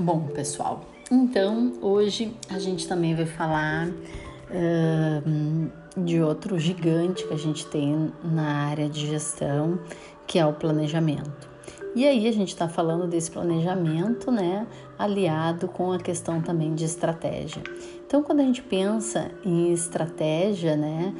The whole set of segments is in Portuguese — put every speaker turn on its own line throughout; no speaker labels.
Bom, pessoal, então hoje a gente também vai falar de outro gigante que a gente tem na área de gestão, que é o planejamento. E aí a gente está falando desse planejamento, né, aliado com a questão também de estratégia. Então, quando a gente pensa em estratégia, né,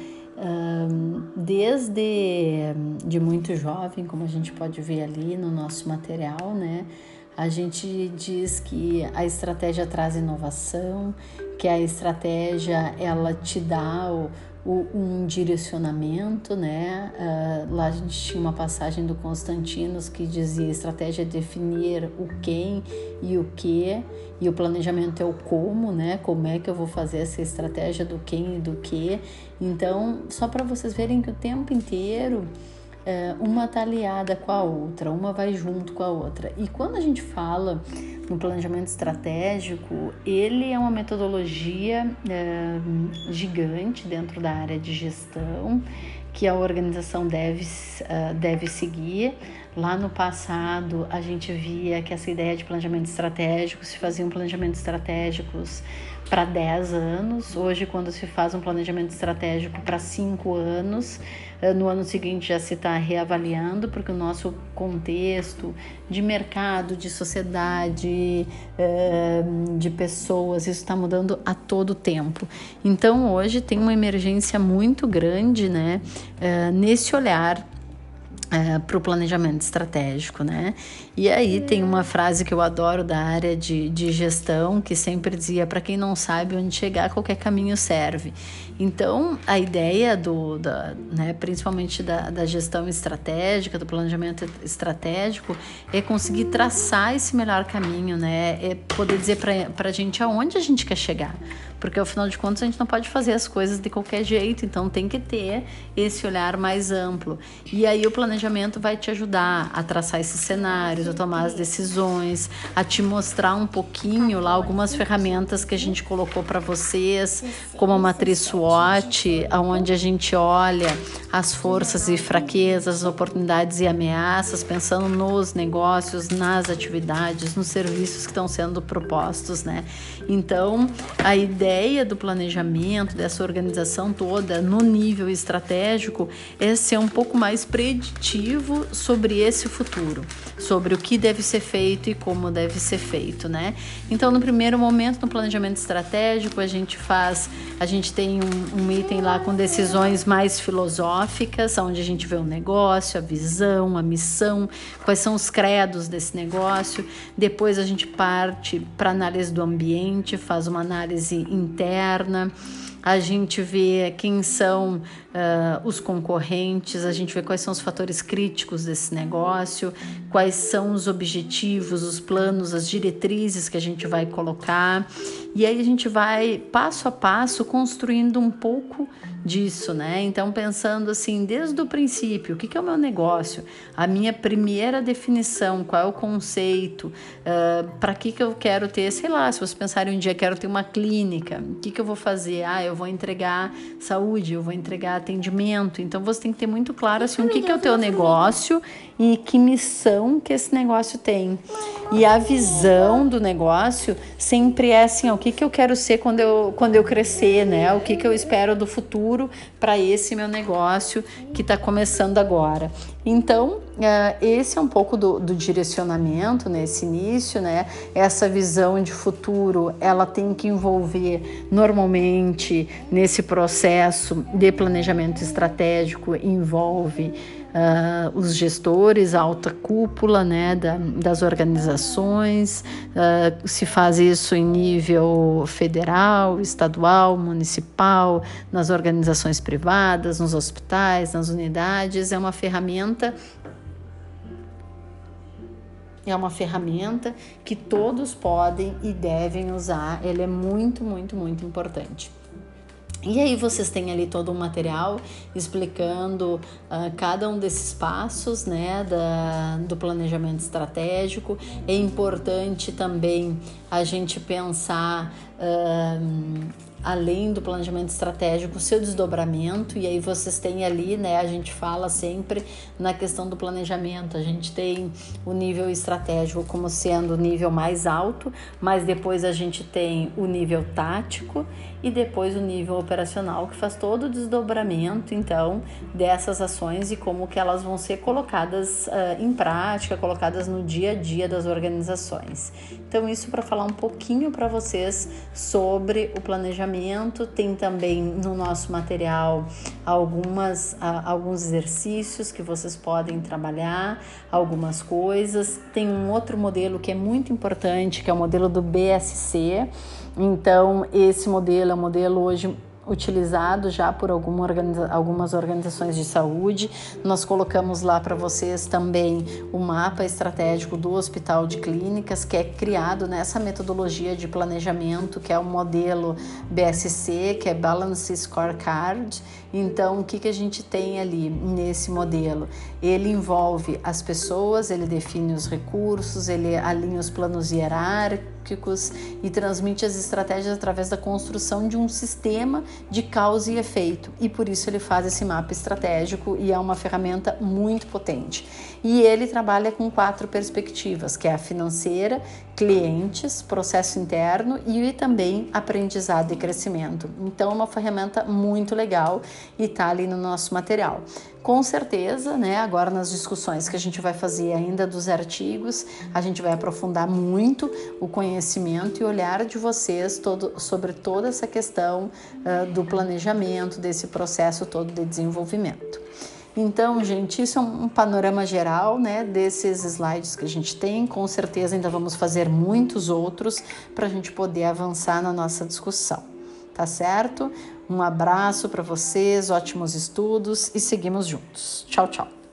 desde de muito jovem, como a gente pode ver ali no nosso material, né, a gente diz que a estratégia traz inovação, que a estratégia ela te dá um direcionamento, né? Lá a gente tinha uma passagem do Constantinos que dizia: estratégia é definir o quem e o que, e o planejamento é o como, né? Como é que eu vou fazer essa estratégia do quem e do que. Então, só para vocês verem que o tempo inteiro uma está aliada com a outra, uma vai junto com a outra. E quando a gente fala no planejamento estratégico, ele é uma metodologia gigante dentro da área de gestão que a organização deve seguir. Lá no passado, a gente via que essa ideia de planejamento estratégico, se faziam planejamentos estratégicos para 10 anos. Hoje, quando se faz um planejamento estratégico para 5 anos, no ano seguinte já se está reavaliando, porque o nosso contexto de mercado, de sociedade, de pessoas, isso está mudando a todo tempo. Então, hoje tem uma emergência muito grande, né, nesse olhar para o planejamento estratégico, né? E aí tem uma frase que eu adoro da área de gestão, que sempre dizia: para quem não sabe onde chegar, qualquer caminho serve. Então, a ideia né, principalmente da gestão estratégica, do planejamento estratégico, é conseguir traçar esse melhor caminho, né? É poder dizer para a gente aonde a gente quer chegar. Porque, afinal de contas, a gente não pode fazer as coisas de qualquer jeito, então tem que ter esse olhar mais amplo. E aí o planejamento vai te ajudar a traçar esses cenários, a tomar as decisões, a te mostrar um pouquinho lá algumas ferramentas que a gente colocou para vocês, como a matriz SWOT, onde a gente olha as forças e fraquezas, oportunidades e ameaças, pensando nos negócios, nas atividades, nos serviços que estão sendo propostos, né? Então, a ideia do planejamento, dessa organização toda no nível estratégico, é ser um pouco mais preditivo sobre esse futuro, sobre o que deve ser feito e como deve ser feito, né? Então, no primeiro momento, no planejamento estratégico, a gente tem um item lá com decisões mais filosóficas, onde a gente vê o negócio, a visão, a missão, quais são os credos desse negócio. Depois a gente parte para análise do ambiente, faz uma análise interna, a gente vê quem são os concorrentes, a gente vê quais são os fatores críticos desse negócio, quais são os objetivos, os planos, as diretrizes que a gente vai colocar. E aí a gente vai, passo a passo, construindo um pouco disso, né? Então, pensando assim, desde o princípio, o que é o meu negócio? A minha primeira definição, qual é o conceito? Para que eu quero ter, sei lá, se vocês pensarem um dia, quero ter uma clínica, o que eu vou fazer? Eu vou entregar saúde, eu vou entregar atendimento. Então, você tem que ter muito claro assim, o que é o teu negócio e que missão que esse negócio tem. E a visão do negócio sempre é assim, o que eu quero ser quando eu crescer, né? O que eu espero do futuro para esse meu negócio que está começando agora. Então, esse é um pouco do direcionamento nesse início, né? Essa visão de futuro, ela tem que envolver normalmente nesse processo de planejamento estratégico, envolve os gestores, a alta cúpula, né, das organizações, se faz isso em nível federal, estadual, municipal, nas organizações privadas, nos hospitais, nas unidades. É uma ferramenta que todos podem e devem usar. Ela é muito, muito, muito importante. E aí vocês têm ali todo um material explicando cada um desses passos, né, do planejamento estratégico. É importante também a gente pensar além do planejamento estratégico, o seu desdobramento, e aí vocês têm ali, né, a gente fala sempre na questão do planejamento, a gente tem o nível estratégico como sendo o nível mais alto, mas depois a gente tem o nível tático e depois o nível operacional, que faz todo o desdobramento, então, dessas ações e como que elas vão ser colocadas em prática, colocadas no dia a dia das organizações. Então, isso para falar um pouquinho para vocês sobre o planejamento. Tem também no nosso material alguns exercícios que vocês podem trabalhar, algumas coisas. Tem um outro modelo que é muito importante, que é o modelo do BSC. Então, esse modelo é um modelo hoje utilizado já por algumas organizações de saúde. Nós colocamos lá para vocês também o mapa estratégico do Hospital de Clínicas, que é criado nessa metodologia de planejamento, que é o modelo BSC, que é Balance Scorecard. Então, o que a gente tem ali nesse modelo? Ele envolve as pessoas, ele define os recursos, ele alinha os planos hierárquicos e transmite as estratégias através da construção de um sistema de causa e efeito, e por isso ele faz esse mapa estratégico e é uma ferramenta muito potente. E ele trabalha com 4 perspectivas, que é a financeira, clientes, processo interno e também aprendizado e crescimento. Então é uma ferramenta muito legal e está ali no nosso material. Com certeza, né, agora nas discussões que a gente vai fazer ainda dos artigos, a gente vai aprofundar muito o conhecimento e olhar de vocês sobre toda essa questão do planejamento, desse processo todo de desenvolvimento. Então, gente, isso é um panorama geral, né, desses slides que a gente tem. Com certeza ainda vamos fazer muitos outros para a gente poder avançar na nossa discussão, tá certo? Um abraço para vocês, ótimos estudos e seguimos juntos. Tchau, tchau!